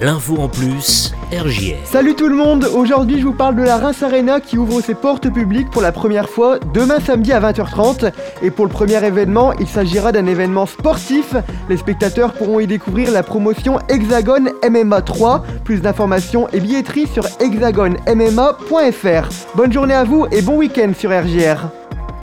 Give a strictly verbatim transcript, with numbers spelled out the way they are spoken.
L'info en plus, R J R. Salut tout le monde, aujourd'hui je vous parle de la Reims Arena qui ouvre ses portes publiques pour la première fois demain samedi à vingt heures trente. Et pour le premier événement, il s'agira d'un événement sportif. Les spectateurs pourront y découvrir la promotion Hexagone M M A trois. Plus d'informations et billetterie sur hexagone m m a point f r. Bonne journée à vous et bon week-end sur R J R.